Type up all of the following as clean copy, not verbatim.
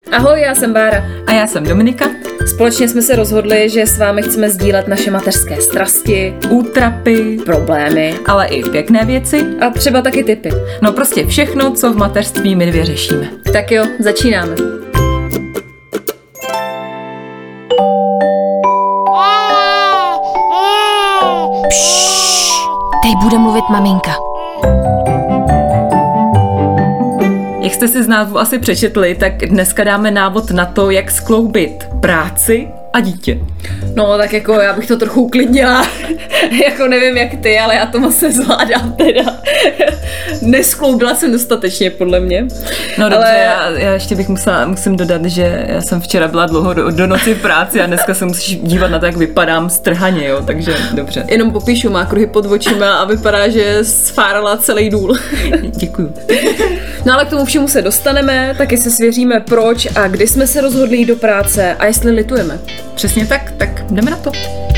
Ahoj, já jsem Bára. A já jsem Dominika. Společně jsme se rozhodli, že s vámi chceme sdílet naše mateřské strasti, útrapy, problémy, ale i pěkné věci. A třeba taky tipy. No prostě všechno, co v mateřství my dvě řešíme. Tak jo, začínáme. Teď bude mluvit maminka. Jak jste si z názvu asi přečetli, tak dneska dáme návod na to, jak skloubit práci a dítě. No tak jako já bych to trochu uklidnila. Jako nevím jak ty, ale já to moc nezvládám teda. Neskloubila jsem dostatečně podle mě. No dobře, já ještě musím dodat, že já jsem včera byla dlouho do noci v práci a dneska se musíš dívat na to, jak vypadám strhaně, jo, takže dobře. Jenom popíšu, má kruhy pod očima a vypadá, že sfárala celý důl. Děkuju. No ale k tomu všemu se dostaneme, taky se svěříme proč a kdy jsme se rozhodli jít do práce a jestli litujeme. Přesně tak jdeme na to.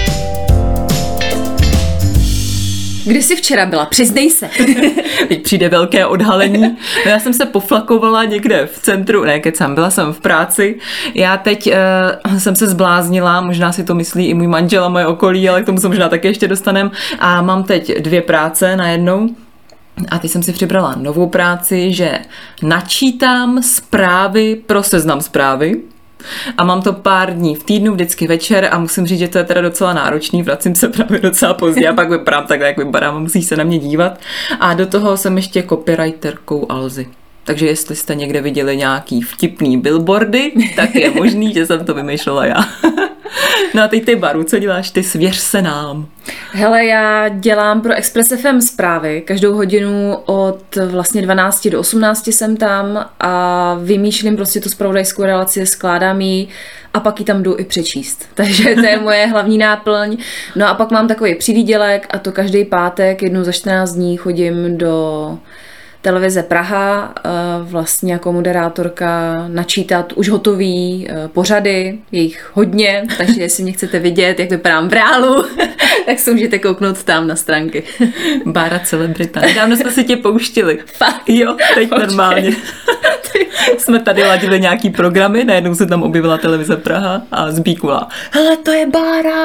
Kde jsi včera byla? Přiznej se. Teď přijde velké odhalení. No já jsem se poflakovala někde v centru, ne kecám, byla jsem v práci. Já teď jsem se zbláznila, možná si to myslí i můj manžel a moje okolí, ale k tomu se možná taky ještě dostanem. A mám teď 2 práce najednou. A teď jsem si přibrala novou práci, že načítám zprávy pro Seznam Zprávy. A mám to pár dní v týdnu, vždycky večer a musím říct, že to je teda docela náročný, vracím se právě docela pozdě a pak vypadám takhle, jak vypadám a musíš se na mě dívat. A do toho jsem ještě copywriterkou Alzy. Takže jestli jste někde viděli nějaký vtipný billboardy, tak je možný, že jsem to vymýšlela já. No a teď ty, Baru, co děláš ty? Svěř se nám. Hele, já dělám pro Express FM zprávy. Každou hodinu od vlastně 12 do 18 jsem tam a vymýšlím prostě tu zpravodajskou relaci, skládám ji a pak ji tam jdu i přečíst. Takže to je moje hlavní náplň. No a pak mám takový přivýdělek a to každý pátek, jednou za 14 dní chodím do televize Praha, vlastně jako moderátorka načítat už hotový pořady, je jich hodně, takže jestli mě chcete vidět, jak vypadám v reálu, tak se můžete kouknout tam na stránky. Bára celebrita. Dávno jsme si tě pouštili. Fakt? Jo, teď normálně. Jsme tady ladili nějaký programy, najednou se tam objevila televize Praha a zbíkula. Hele, to je Bára!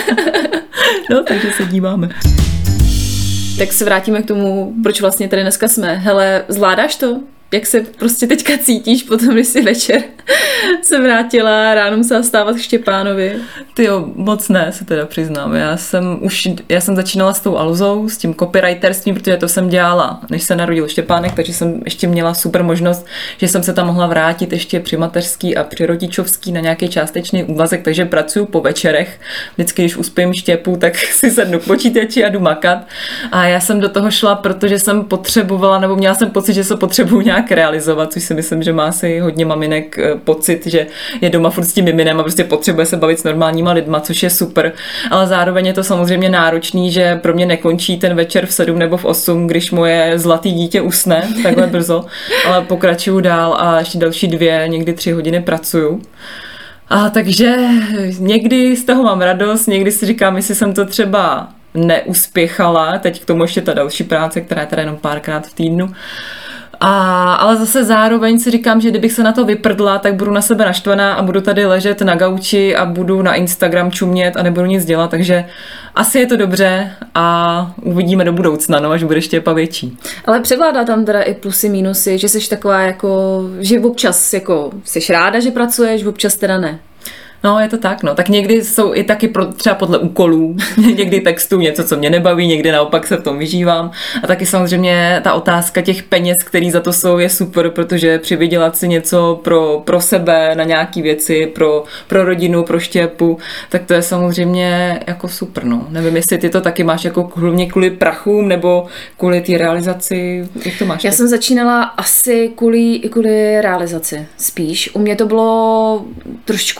No, takže se díváme. Tak se vrátíme k tomu, proč vlastně tady dneska jsme. Hele, zvládáš to? Jak se prostě teďka cítíš potom, když si večer se vrátila, ráno musela stávat k Štěpánovi? Tyjo, moc ne, se teda přiznám. Já jsem začínala s tou Alzou, s tím copywriterstvím, protože to jsem dělala, než se narodil Štěpánek, takže jsem ještě měla super možnost, že jsem se tam mohla vrátit ještě při mateřský a při rodičovský na nějaký částečný úvazek, takže pracuju po večerech. Vždycky, když uspím Štěpu, tak si sednu k počítači a jdu makat. A já jsem do toho šla, protože jsem potřebovala, nebo měla jsem pocit, že se potřebuju nějak realizovat, což si myslím, že má asi hodně maminek pocit, že je doma furt s tím miminem a prostě potřebuje se bavit s normálníma lidma, což je super, ale zároveň je to samozřejmě náročný, že pro mě nekončí ten večer v 7 nebo v 8, když moje zlatý dítě usne takhle brzo, ale pokračuju dál a ještě další 2, někdy 3 hodiny pracuju. A takže někdy z toho mám radost, někdy si říkám, jestli jsem to třeba neuspěchala, teď k tomu ještě ta další práce, která je teda jenom párkrát v týdnu. Ale zase zároveň si říkám, že kdybych se na to vyprdla, tak budu na sebe naštvaná a budu tady ležet na gauči a budu na Instagram čumět a nebudu nic dělat, takže asi je to dobře a uvidíme do budoucna, no, až bude Štěpa větší. Ale převládá tam teda i plusy, mínusy, že jsi taková jako, že občas jako jsi ráda, že pracuješ, občas teda ne. No, je to tak, no. Tak někdy jsou i taky třeba podle úkolů, někdy textu něco, co mě nebaví, někdy naopak se v tom vyžívám. A taky samozřejmě ta otázka těch peněz, který za to jsou, je super, protože přivydělat si něco pro sebe na nějaký věci, pro rodinu, pro Štěpu, tak to je samozřejmě jako super, no. Nevím, jestli ty to taky máš jako hlavně kvůli prachům nebo kvůli té realizaci, jak to máš? Já jsem začínala asi kvůli realizaci spíš. U mě to bylo trošku jinak.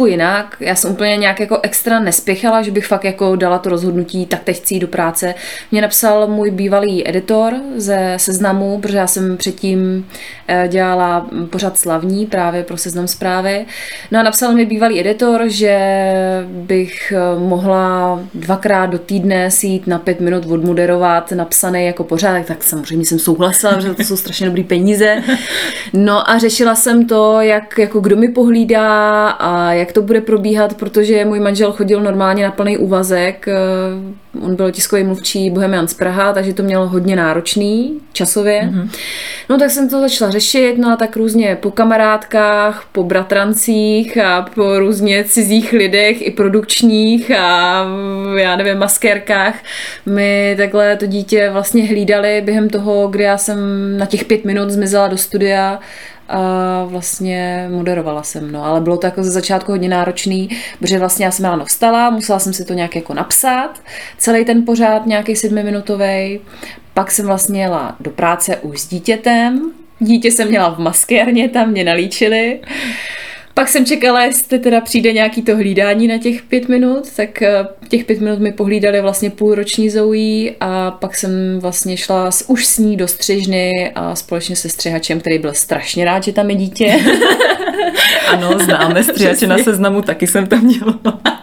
tak. Já jsem úplně nějak jako extra nespěchala, že bych fakt jako dala to rozhodnutí, tak teď chci jít do práce. Mě napsal můj bývalý editor ze Seznamu, protože já jsem předtím dělala pořad Slavní právě pro Seznam Zprávy. No a napsal mi bývalý editor, že bych mohla 2krát do týdne si jít na 5 minut odmoderovat napsaný jako pořádek, tak samozřejmě jsem souhlasila, protože to jsou strašně dobrý peníze. No a řešila jsem to, jako kdo mi pohlídá a jak to bude probíhat, protože můj manžel chodil normálně na plný úvazek. On byl tiskový mluvčí Bohemians Praha, takže to mělo hodně náročný časově. Mm-hmm. No tak jsem to začala řešit, no a tak různě po kamarádkách, po bratrancích a po různě cizích lidech i produkčních a já nevím, maskérkách mi takhle to dítě vlastně hlídali během toho, kdy já jsem na těch 5 minut zmizela do studia a vlastně moderovala jsem, no, ale bylo to jako ze začátku hodně náročný, protože vlastně já jsem ráno vstala, musela jsem si to nějak jako napsat, celý ten pořád nějaký 7minutovej, pak jsem vlastně jela do práce už s dítětem, dítě jsem měla v maskérně, tam mě nalíčili, pak jsem čekala, jestli teda přijde nějaký to hlídání na těch 5 minut, tak těch 5 minut mi pohlídali vlastně půlroční Zoe a pak jsem vlastně šla už s ní do střižny a společně se střihačem, který byl strašně rád, že tam je dítě. Ano, známe střihače na Seznamu, taky jsem tam měla.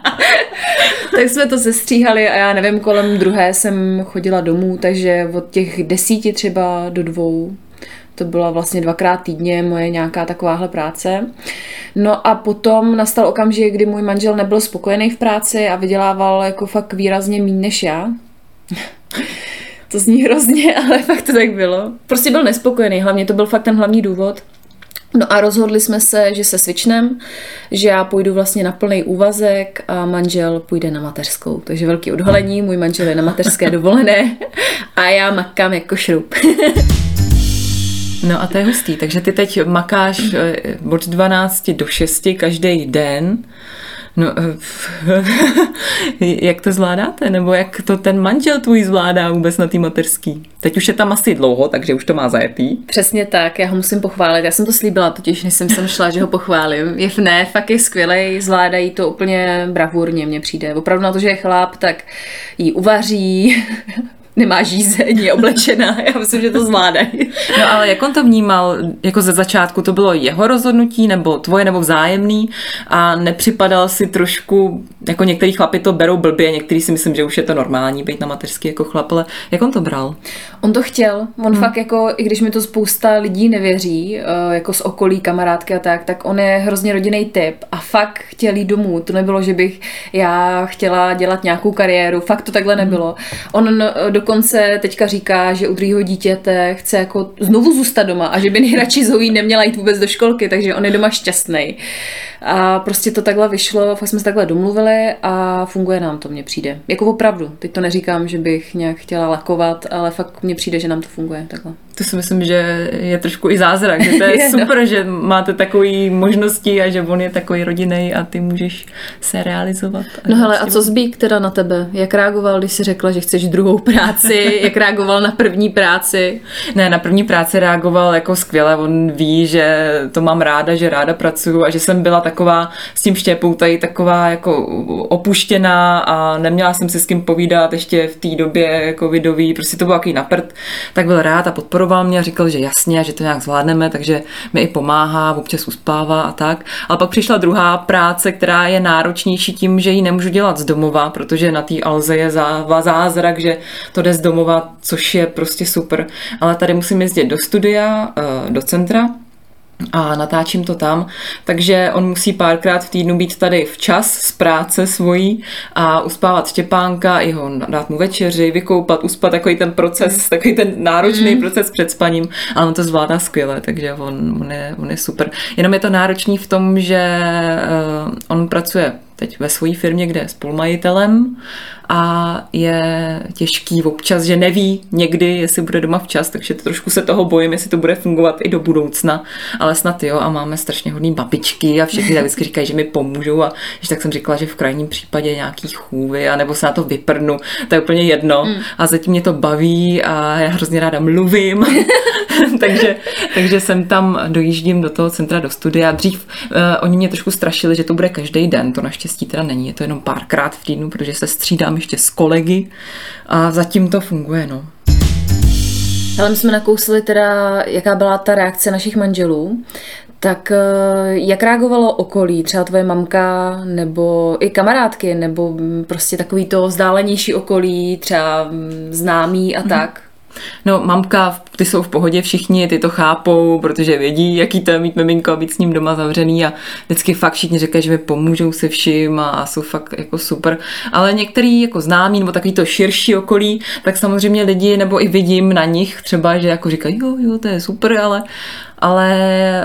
Tak jsme to sestříhali a já nevím, kolem 2 jsem chodila domů, takže od těch 10 třeba do 2. To byla vlastně 2krát týdně moje nějaká takováhle práce. No a potom nastal okamžik, kdy můj manžel nebyl spokojený v práci a vydělával jako fakt výrazně méně než já. To zní hrozně, ale fakt to tak bylo. Prostě byl nespokojený, hlavně to byl fakt ten hlavní důvod. No a rozhodli jsme se, že se switchnem, že já půjdu vlastně na plný úvazek a manžel půjde na mateřskou. Takže velký odhalení, můj manžel je na mateřské dovolené a já makám jako šroub. No a to je hustý, takže ty teď makáš od 12 do 6 každý den. No, jak to zvládáte? Nebo jak to ten manžel tvůj zvládá vůbec na té mateřský? Teď už je tam asi dlouho, takže už to má zajetý. Přesně tak, já ho musím pochválit. Já jsem to slíbila totiž, než jsem sem šla, že ho pochválím. Fakt je skvělej, zvládají to úplně bravurně, mně přijde. Opravdu na to, že je chlap, tak jí uvaří, nemá žízeň, je oblečená, já myslím, že to zvládají. No ale jak on to vnímal, jako ze začátku, to bylo jeho rozhodnutí, nebo tvoje, nebo vzájemný a nepřipadal si trošku, jako některý chlapi to berou blbě, některý si myslím, že už je to normální být na mateřský jako chlap, ale jak on to bral? On to chtěl, fakt jako, i když mi to spousta lidí nevěří, jako z okolí, kamarádky a tak on je hrozně rodinný typ a fakt chtěl jít domů, to nebylo, že bych já chtěla dělat nějakou kariéru, fakt to takhle nebylo. On dokonce teďka říká, že u druhého dítěte chce jako znovu zůstat doma a že by nejradši Zoe neměla jít vůbec do školky, takže on je doma šťastný. A prostě to takhle vyšlo, fakt jsme se takhle domluvili a funguje nám to, mně přijde. Jako opravdu, teď to neříkám, že bych nějak chtěla lakovat, ale fakt mně přijde, že nám to funguje takhle. To si myslím, že je trošku i zázrak, že to je super, no. Že máte takové možnosti a že on je takový rodinný a ty můžeš se realizovat. No hele, a co Zbík teda na tebe? Jak reagoval, když jsi řekla, že chceš druhou práci? Jak reagoval na první práci? Ne, na první práci reagoval jako skvěle, on ví, že to mám ráda, že ráda pracuju a že jsem byla taková s tím štěpou tady taková jako opuštěná a neměla jsem si s kým povídat ještě v té době covidový, prostě to bylo takový naprt, tak byl rád a podporoval mě a říkal, že jasně, že to nějak zvládneme, takže mi i pomáhá, občas uspává a tak. Ale pak přišla druhá práce, která je náročnější tím, že ji nemůžu dělat z domova, protože na té Alze je zázrak, že to jde z domova, což je prostě super. Ale tady musím jezdit do studia, do centra a natáčím to tam, takže on musí párkrát v týdnu být tady včas z práce svojí a uspávat Štěpánka, i ho dát mu večeři, vykoupat, uspat, takový ten proces, takový ten náročný proces před spaním, ale on to zvládá skvěle, takže on je super. Jenom je to náročný v tom, že on pracuje teď ve své firmě, kde je spolumajitelem a je těžký občas, že neví někdy, jestli bude doma včas, takže trošku se toho bojím, jestli to bude fungovat i do budoucna, ale snad jo, a máme strašně hodný babičky a všechny tak vždycky říkají, že mi pomůžou a že tak jsem říkala, že v krajním případě nějaký chůvy, anebo se na to vyprnu, to je úplně jedno a zatím mě to baví a já hrozně ráda mluvím, takže jsem tam dojíždím do toho centra, do studia. Dřív oni mě trošku strašili, že to bude každý den, to naštěstí teda není, je to jenom párkrát v týdnu, protože se střídám ještě s kolegy a zatím to funguje, no. Ale my jsme nakousli teda, jaká byla ta reakce našich manželů, tak jak reagovalo okolí, třeba tvoje mamka, nebo i kamarádky, nebo prostě takový to vzdálenější okolí, třeba známí a tak? No, mamka, ty jsou v pohodě všichni, ty to chápou, protože vědí, jaký to je mít miminko a být s ním doma zavřený a vždycky fakt všichni říkají, že mi pomůžou se vším a jsou fakt jako super. Ale některý jako známí nebo takový to širší okolí, tak samozřejmě lidi, nebo i vidím na nich třeba, že jako říkají, jo, to je super, ale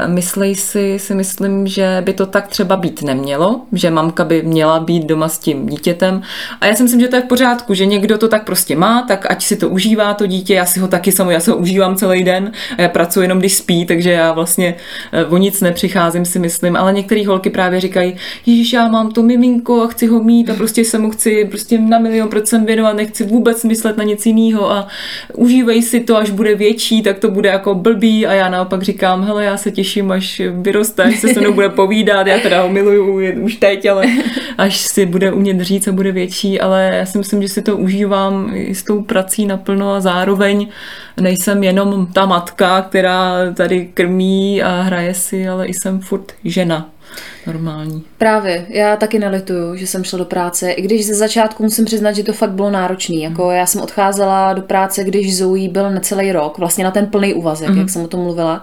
si myslím, že by to tak třeba být nemělo, že mamka by měla být doma s tím dítětem a já si myslím, že to je v pořádku, že někdo to tak prostě má, tak ať si to užívá to dítě, já si ho užívám celý den a já pracuji jenom když spí, takže já vlastně o nic nepřicházím, si myslím, ale některé holky právě říkají, ježiš, já mám to miminko a chci ho mít a prostě se mu chci prostě na 1,000,000% věnovat, nechci vůbec myslet na nic jiného a užívej si to, až bude větší, tak to bude jako blbý a já naopak říkám, hele, já se těším, až vyroste, až se mnou bude povídat, já teda ho miluju už teď, ale až si bude umět říct a bude větší, ale já si myslím, že si to užívám i s tou prací naplno a zároveň nejsem jenom ta matka, která tady krmí a hraje si, ale i jsem furt žena. Normální. Právě, já taky nelituju, že jsem šla do práce, i když ze začátku musím přiznat, že to fakt bylo náročný. Jako já jsem odcházela do práce, když Zoe byl necelý rok, vlastně na ten plný úvazek, jak jsem o tom mluvila.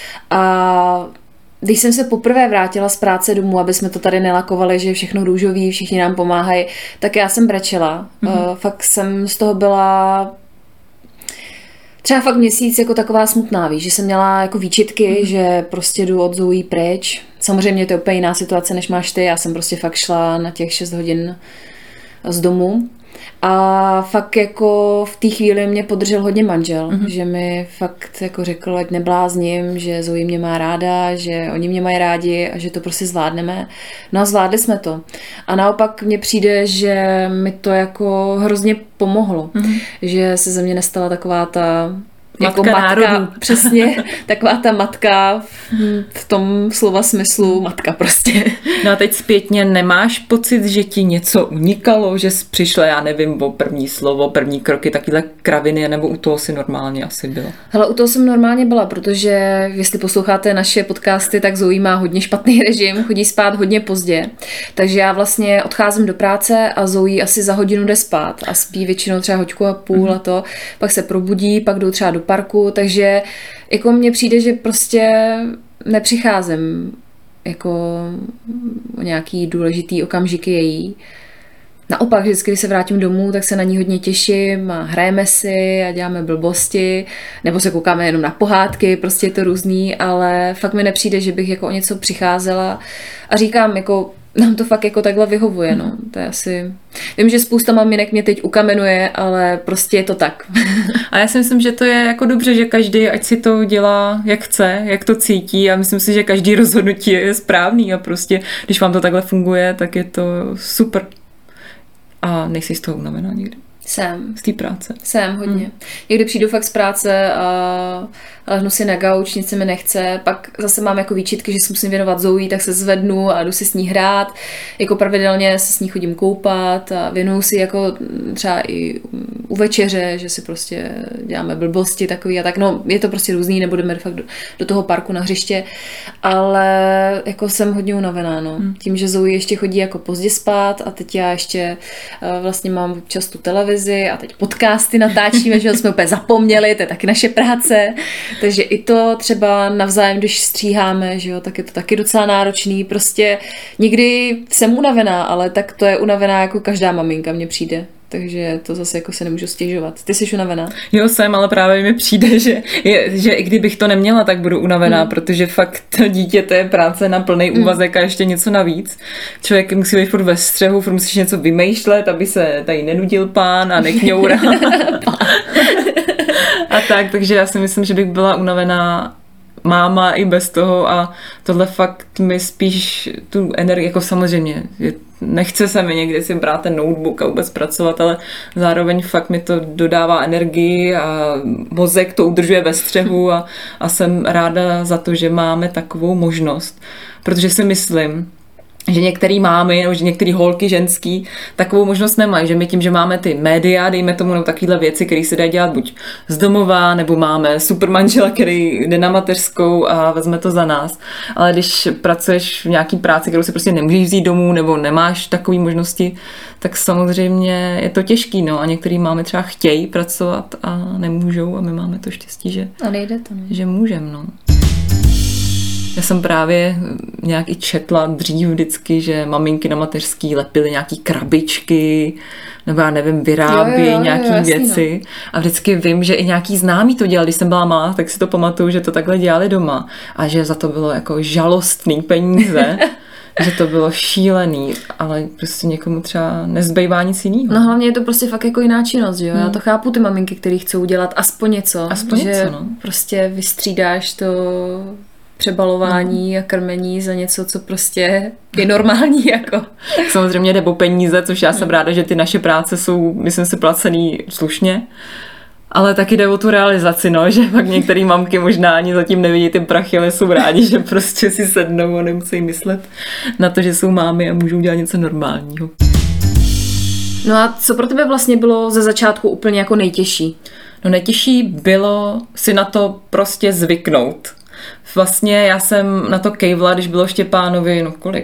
A když jsem se poprvé vrátila z práce domů, aby jsme to tady nelakovali, že je všechno růžový, všichni nám pomáhají, tak já jsem brečela. Fakt jsem z toho byla třeba fakt měsíc jako taková smutná, víš, že jsem měla jako výčitky, že prostě jdu od Zoe pryč. Samozřejmě to je úplně jiná situace, než máš ty. Já jsem prostě fakt šla na těch 6 hodin z domu. A fakt jako v té chvíli mě podržel hodně manžel, že mi fakt jako řekl, ať neblázním, že Zoe mě má ráda, že oni mě mají rádi a že to prostě zvládneme. No a zvládli jsme to. A naopak mně přijde, že mi to jako hrozně pomohlo, že se ze mě nestala taková ta jako matka, přesně, taková ta matka v tom slova smyslu, matka prostě. No a teď zpětně nemáš pocit, že ti něco unikalo, že jsi přišla, já nevím, o první slovo, první kroky, takovýhle kraviny, nebo u toho si normálně asi byla? Hele, u toho jsem normálně byla, protože jestli posloucháte naše podcasty, tak Zoe má hodně špatný režim, chodí spát hodně pozdě, takže já vlastně odcházím do práce a Zoe asi za hodinu jde spát a spí většinou třeba 1,5 hodiny a to, pak se probudí, pak jdou třeba do parku, takže jako mně přijde, že prostě nepřicházím jako o nějaký důležitý okamžiky její. Naopak, vždycky, když se vrátím domů, tak se na ní hodně těším a hrajeme si a děláme blbosti, nebo se koukáme jenom na pohádky, prostě je to různý, ale fakt mi nepřijde, že bych jako o něco přicházela a říkám, jako nám to fakt jako takhle vyhovuje, no. To je asi... Vím, že spousta maminek mě teď ukamenuje, ale prostě je to tak. A já si myslím, že to je jako dobře, že každý, ať si to dělá, jak chce, jak to cítí a myslím si, že každý rozhodnutí je správný a prostě, když vám to takhle funguje, tak je to super. A nejsi z toho unavená nikdy? Jsem. Z té práce? Jsem, hodně. Někdy přijdu fakt z práce a lehnu si na gauč, nic se mi nechce, pak zase mám jako výčitky, že se musím věnovat Zoe, tak se zvednu a jdu si s ní hrát, jako pravidelně se s ní chodím koupat a věnuju si jako třeba i u večeře, že si prostě děláme blbosti takový a tak, no je to prostě různý, nebudeme fakt do toho parku na hřiště, ale jako jsem hodně unavená, no. Tím, že Zoe ještě chodí jako pozdě spát a teď já ještě vlastně mám občas tu televizi a teď podcasty natáčíme, že jsme úplně zapomněli, to je taky naše práce. Takže i to třeba navzájem, když stříháme, že jo, tak je to taky docela náročný. Prostě někdy jsem unavená, ale tak to je unavená jako každá maminka, mně přijde. takže to zase jako se nemůžu stěžovat. Ty jsi unavená? Jo, jsem, ale právě mi přijde, že i kdybych to neměla, tak budu unavená, protože fakt to dítě, to je práce na plný úvazek a ještě něco navíc. Člověk musí být furt ve střehu, furt musíš něco vymýšlet, aby se tady nenudil pán a nekňourá. A tak, takže já si myslím, že bych byla unavená máma i bez toho a tohle fakt mi spíš tu energii, jako samozřejmě, nechce se mi někdy si brát ten notebook a vůbec pracovat, ale zároveň fakt mi to dodává energii a mozek to udržuje ve střehu a jsem ráda za to, že máme takovou možnost, protože si myslím, že některý mámy, nebo že některý holky ženský takovou možnost nemají, že my tím, že máme ty média, dejme tomu nebo takovýhle věci, které se dají dělat buď z domova, nebo máme super manžela, který jde na mateřskou a vezme to za nás. Ale když pracuješ v nějaký práci, kterou si prostě nemůžeš vzít domů, nebo nemáš takové možnosti, tak samozřejmě je to těžký, no. A některý máme třeba chtějí pracovat a nemůžou a my máme to štěstí, že, a nejde to, ne? Že můžeme, no. Já jsem právě nějak i četla dřív vždycky, že maminky na mateřský lepily nějaký krabičky, nebo já nevím, vyrábějí nějaký věci. No. A vždycky vím, že i nějaký známý to dělali, když jsem byla malá, tak si to pamatuju, že to takhle dělali doma. A že za to bylo jako žalostný peníze, že to bylo šílený, ale prostě někomu třeba nezbývá nic jiného. No hlavně je to prostě fakt jako jiná činnost, že jo? Já to chápu, ty maminky, které chcou udělat aspoň něco. Že no. Prostě vystřídáš to přebalování a krmení za něco, co prostě je normální. Jako. Samozřejmě jde o peníze, což já jsem ráda, že ty naše práce jsou, myslím si, placený slušně. Ale taky jde o tu realizaci, no, že pak některé mamky možná ani zatím nevidí ty prachy, ale jsou rádi, že prostě si sednou a nemusí myslet na to, že jsou mámy a můžou dělat něco normálního. No a co pro tebe vlastně bylo ze začátku úplně jako nejtěžší? No nejtěžší bylo si na to prostě zvyknout. Vlastně já jsem na to kejvla, když bylo Štěpánovi,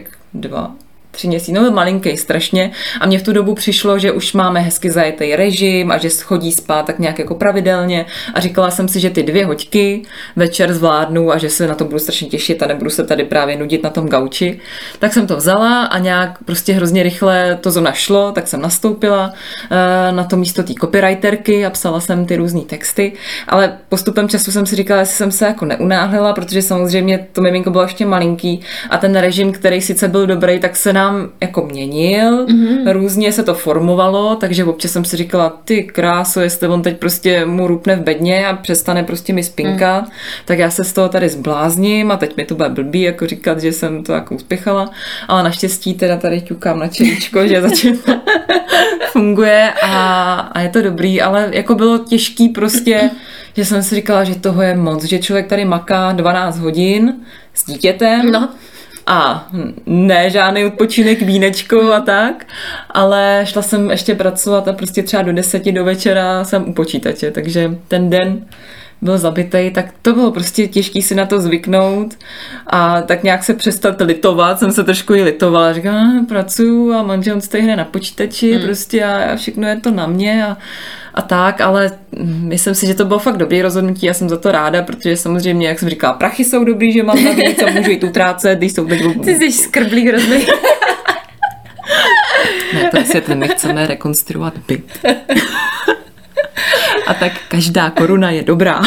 2-3 měsíce, byl malinký strašně a mně v tu dobu přišlo, že už máme hezky zajetý režim a že chodí spát tak nějak jako pravidelně a říkala jsem si, že ty 2 hoďky večer zvládnu a že se na to budu strašně těšit a nebudu se tady právě nudit na tom gauči. Tak jsem to vzala a nějak prostě hrozně rychle to zrovna šlo, tak jsem nastoupila na to místo té copywriterky a psala jsem ty různý texty, ale postupem času jsem si říkala, jestli jsem se jako neunáhlila, protože samozřejmě to miminko bylo ještě malinký a ten režim, který sice byl dobrý, tak se nám jako měnil, různě se to formovalo, takže občas jsem si říkala, ty kráso, jestli on teď prostě mu rupne v bedně a přestane prostě mi spinkat, tak já se z toho tady zblázním a teď mi to bude blbý, jako říkat, že jsem to jako uspěchala, ale naštěstí teda tady ťukám na čeličko, že zatím funguje a je to dobrý, ale jako bylo těžký prostě, že jsem si říkala, že toho je moc, že člověk tady maká 12 hodin s dítětem, a ne žádný odpočinek, vínečko a tak, ale šla jsem ještě pracovat a prostě třeba do 10 do večera jsem u počítače, takže ten den byl zabitej, tak to bylo prostě těžký si na to zvyknout a tak nějak se přestat litovat, jsem se trošku i litovala, říkám, pracuju a manžel stojí hned na počítači prostě a všechno je to na mě a tak, ale myslím si, že to bylo fakt dobrý rozhodnutí, já jsem za to ráda, protože samozřejmě, jak jsem říkala, prachy jsou dobrý, že mám na víc a můžu jít utrácet, když jsou teď... Ty jsi skrblík hrozný. Ne, to vysvětlím, my chceme rekonstruovat byt. A tak každá koruna je dobrá.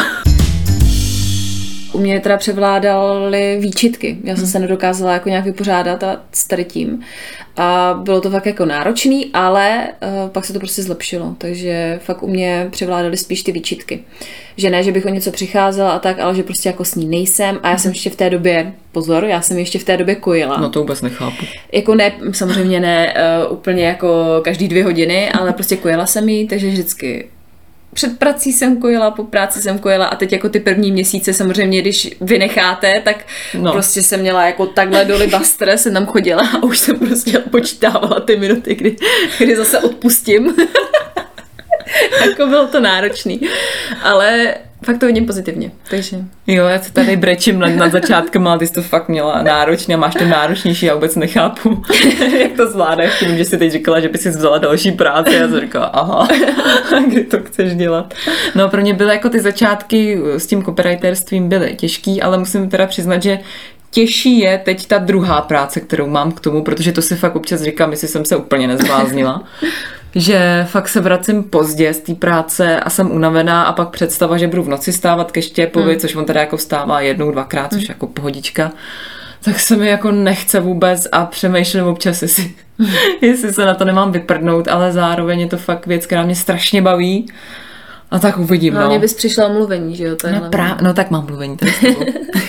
U mě teda převládaly výčitky. Já jsem se nedokázala jako nějak vypořádat s tady tím. A bylo to fakt jako náročný, ale pak se to prostě zlepšilo. Takže fakt u mě převládaly spíš ty výčitky. Že ne, že bych o něco přicházela a tak, ale že prostě jako s ní nejsem. A já jsem ještě v té době, pozor, já jsem ještě v té době kojila. No to vůbec nechápu. Jako ne, samozřejmě ne úplně jako každý 2 hodiny, ale prostě kojila jsem jí, takže vždycky před prací jsem kojila, po práci jsem kojila a teď jako ty první měsíce samozřejmě, když vynecháte, tak prostě jsem měla jako takhle do libastr, jsem tam chodila a už jsem prostě počítávala ty minuty, kdy zase odpustím. Jako bylo to náročný. Ale fakt to vidím pozitivně. Takže. Jo, já se tady brečím nad začátkem, ale ty jsi to fakt měla náročně a máš to náročnější, já vůbec nechápu, jak to zvládáš tím, že jsi teď říkala, že by si vzala další práci a já jsem říkala, aha, kdy to chceš dělat. No pro mě byly jako ty začátky s tím copywriterstvím byly těžký, ale musím teda přiznat, že těžší je teď ta druhá práce, kterou mám k tomu, protože to si fakt občas říkám, jestli jsem se úplně nezbláznila. že fakt se vracím pozdě z té práce a jsem unavená a pak představa, že budu v noci stávat ke Štěpovi, což on teda jako vstává 1-2krát, což jako pohodička, tak se mi jako nechce vůbec a přemýšlím občas, jestli se na to nemám vyprdnout, ale zároveň je to fakt věc, která mě strašně baví. A tak uvidím, Hlavně bys přišla o mluvení, že jo? To je no tak mám mluvení tady s tebou.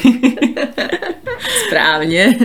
Správně.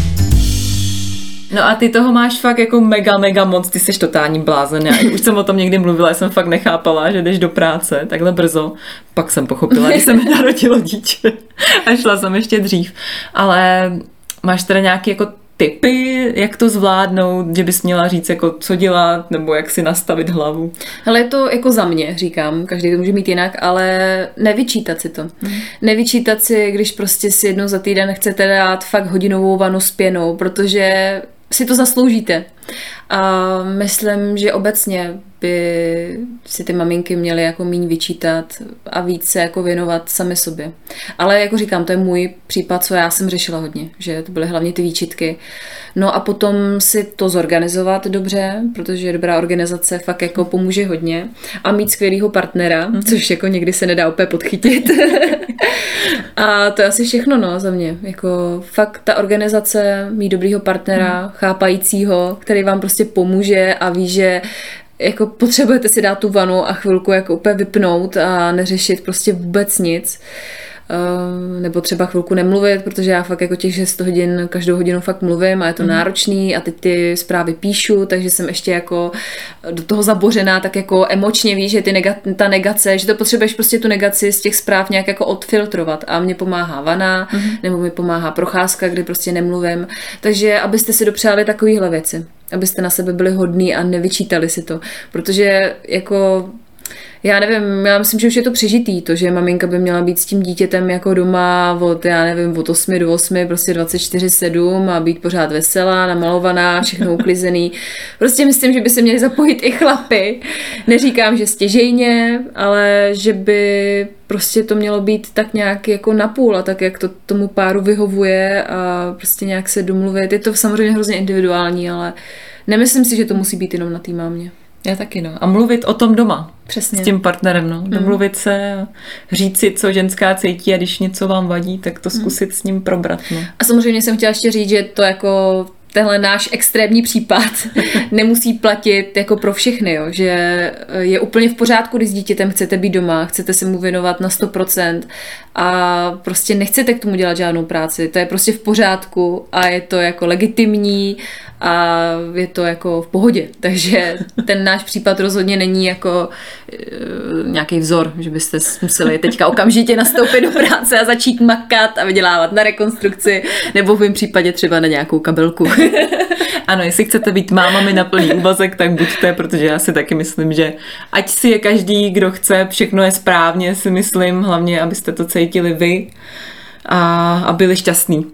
No a ty toho máš fakt jako mega moc, ty jsi totální blázen. Já už jsem o tom někdy mluvila, jsem fakt nechápala, že jdeš do práce takhle brzo. Pak jsem pochopila, když se mi narodilo dítě a šla jsem ještě dřív. Ale máš teda nějaký jako tipy, jak to zvládnout, že bys měla říct, jako co dělat, nebo jak si nastavit hlavu? Hele, je to jako za mě, říkám, každý to může mít jinak, ale nevyčítat si to. Nevyčítat si, když prostě si jednou za týden chcete dát fakt hodinovou vanu s pěnou, protože si to zasloužíte. A myslím, že obecně by si ty maminky měly jako míň vyčítat a víc se jako věnovat sami sobě. Ale jako říkám, to je můj případ, co já jsem řešila hodně, že to byly hlavně ty výčitky. No a potom si to zorganizovat dobře, protože dobrá organizace fakt jako pomůže hodně a mít skvělýho partnera, což jako někdy se nedá úplně podchytit. A to je asi všechno, no, za mě. Jako fakt ta organizace, mít dobrýho partnera, chápajícího, který vám prostě pomůže a ví, že jako potřebujete si dát tu vanu a chvilku jako úplně vypnout a neřešit prostě vůbec nic. Nebo třeba chvilku nemluvit, protože já fakt jako těch 6 hodin každou hodinu fakt mluvím a je to náročný a teď ty zprávy píšu, takže jsem ještě jako do toho zabořená, tak jako emočně víš, že ta negace, že to potřebuješ prostě tu negaci z těch zpráv nějak jako odfiltrovat a mě pomáhá vana, nebo mi pomáhá procházka, kdy prostě nemluvím, takže abyste si dopřáli takovýhle věci, abyste na sebe byli hodní a nevyčítali si to, protože jako já nevím, já myslím, že už je to přežitý, to, že maminka by měla být s tím dítětem jako doma od, já nevím, od 8 do 8, prostě 24/7 a být pořád veselá, namalovaná, všechno uklizený. Prostě myslím, že by se měli zapojit i chlapy. Neříkám, že stěžejně, ale že by prostě to mělo být tak nějak jako napůl a tak, jak to tomu páru vyhovuje a prostě nějak se domluvit. Je to samozřejmě hrozně individuální, ale nemyslím si, že to musí být jenom na té mámě. Já taky, no. A mluvit o tom doma. Přesně. S tím partnerem, no. Domluvit se, říct si, co ženská cítí a když něco vám vadí, tak to zkusit s ním probrat, no. A samozřejmě jsem chtěla ještě říct, že to jako tenhle náš extrémní případ nemusí platit jako pro všechny, jo? Že je úplně v pořádku, když s dítětem chcete být doma, chcete se mu věnovat na 100% a prostě nechcete k tomu dělat žádnou práci. To je prostě v pořádku a je to jako legitimní a je to jako v pohodě. Takže ten náš případ rozhodně není jako nějaký vzor, že byste museli teďka okamžitě nastoupit do práce a začít makat a vydělávat na rekonstrukci nebo v mém případě třeba na nějakou kabelku. Ano, jestli chcete být mámami na plný úvazek, tak buďte, protože já si taky myslím, že ať si je každý, kdo chce, všechno je správně, si myslím, hlavně, abyste to cítili vy a byli šťastní.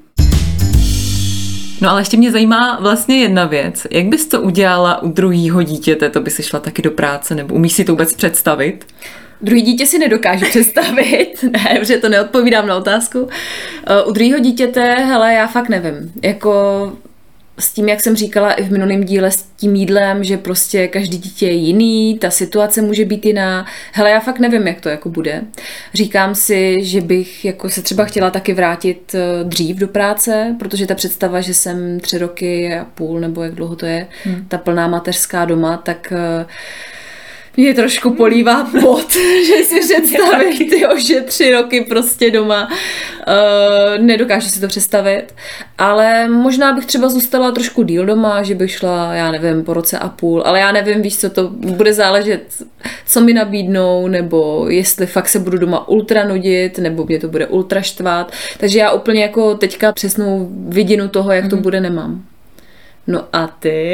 No ale ještě mě zajímá vlastně jedna věc. Jak bys to udělala u druhého dítěte? To by si šla taky do práce, nebo umíš si to vůbec představit? Druhý dítě si nedokážu představit, ne, protože to neodpovídám na otázku. U druhého dítěte, hele, já fakt nevím. Jako s tím, jak jsem říkala i v minulém díle, s tím jídlem, že prostě každý dítě je jiný, ta situace může být jiná. Hele, já fakt nevím, jak to jako bude. Říkám si, že bych jako se třeba chtěla taky vrátit dřív do práce, protože ta představa, že jsem 3 roky a půl, nebo jak dlouho to je, ta plná mateřská doma, tak mě trošku polívá pot, že si představit, že 3 roky prostě doma. Nedokážu si to představit, ale možná bych třeba zůstala trošku díl doma, že bych šla, já nevím, po 1,5 roku, ale já nevím, víš co, to bude záležet, co mi nabídnou, nebo jestli fakt se budu doma ultra nudit, nebo mě to bude ultra štvát, takže já úplně jako teďka přesnou vidinu toho, jak to bude, nemám. No a ty?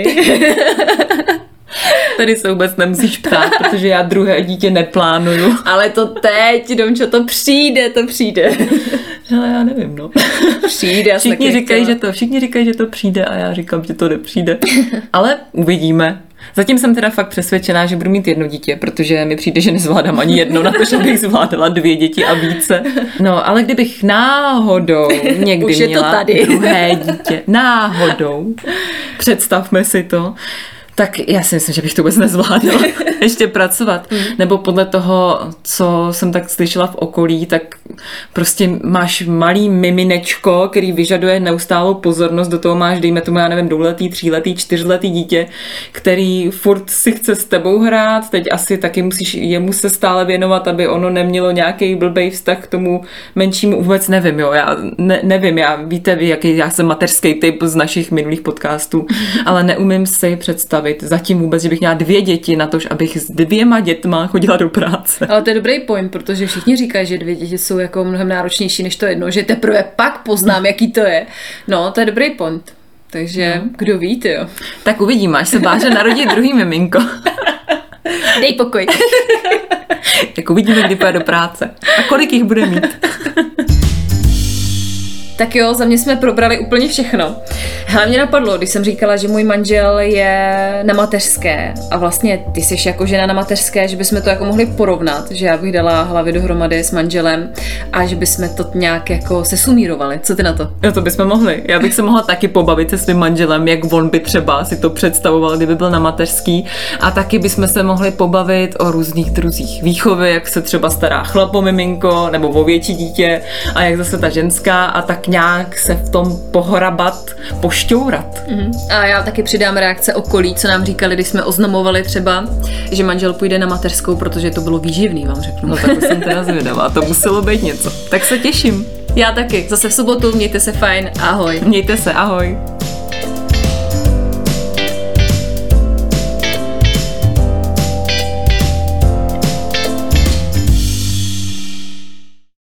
Tady se vůbec nemusíš ptát, protože já druhé dítě neplánuju. Ale to teď, Domčo, to přijde. Ale já nevím, no. Přijde. Všichni říkají, že to přijde a já říkám, že to nepřijde. Ale uvidíme. Zatím jsem teda fakt přesvědčená, že budu mít 1 dítě, protože mi přijde, že nezvládám ani 1, na to, že bych zvládala 2 děti a více. No, ale kdybych náhodou někdy měla druhé dítě, náhodou, představme si to, Tak já si myslím, že bych to vůbec nezvládla ještě pracovat. Nebo podle toho, co jsem tak slyšela v okolí, tak prostě máš malý miminečko, který vyžaduje neustálou pozornost, do toho máš, dejme tomu, já nevím, 2letý, 3letý, 4letý dítě, který furt si chce s tebou hrát, teď asi taky musíš jemu se stále věnovat, aby ono nemělo nějaký blbej vztah k tomu menšímu, vůbec nevím, jo, nevím, víte vy, jaký já jsem mateřský typ z našich minulých podcastů, ale neumím si představit zatím vůbec, že bych měla 2 děti na to, abych s 2 dětma chodila do práce. Ale to je dobrý point, protože všichni říkají, že 2 děti jsou jako mnohem náročnější než to jedno, že teprve pak poznám, jaký to je. No, to je dobrý point. Takže kdo ví, jo. Tak uvidíme, až se Báře narodí druhý miminko. Dej pokoj. Tak uvidíme, kdy půjde do práce. A kolik jich bude mít. Tak jo, za mě jsme probrali úplně všechno. Hele, mě napadlo, když jsem říkala, že můj manžel je na mateřské a vlastně ty jsi jako žena na mateřské, že bychom to jako mohli porovnat, že já bych dala hlavy dohromady s manželem a že bychom to nějak jako sesumírovali. Co ty na to? Jo, to bychom mohli. Já bych se mohla taky pobavit se svým manželem, jak on by třeba si to představoval, kdyby byl na mateřský, a taky bychom se mohli pobavit o různých druzích výchovy, jak se třeba stará chlap o miminko nebo o větší dítě a jak zase ta ženská, a tak nějak se v tom pohrabat, pošťourat. A já taky přidám reakce okolí, co nám říkali, když jsme oznamovali třeba, že manžel půjde na mateřskou, protože to bylo výživný, vám řeknu. No tak to jsem teda zvědavá, to muselo být něco. Tak se těším. Já taky. Zase v sobotu, mějte se fajn, ahoj. Mějte se, ahoj.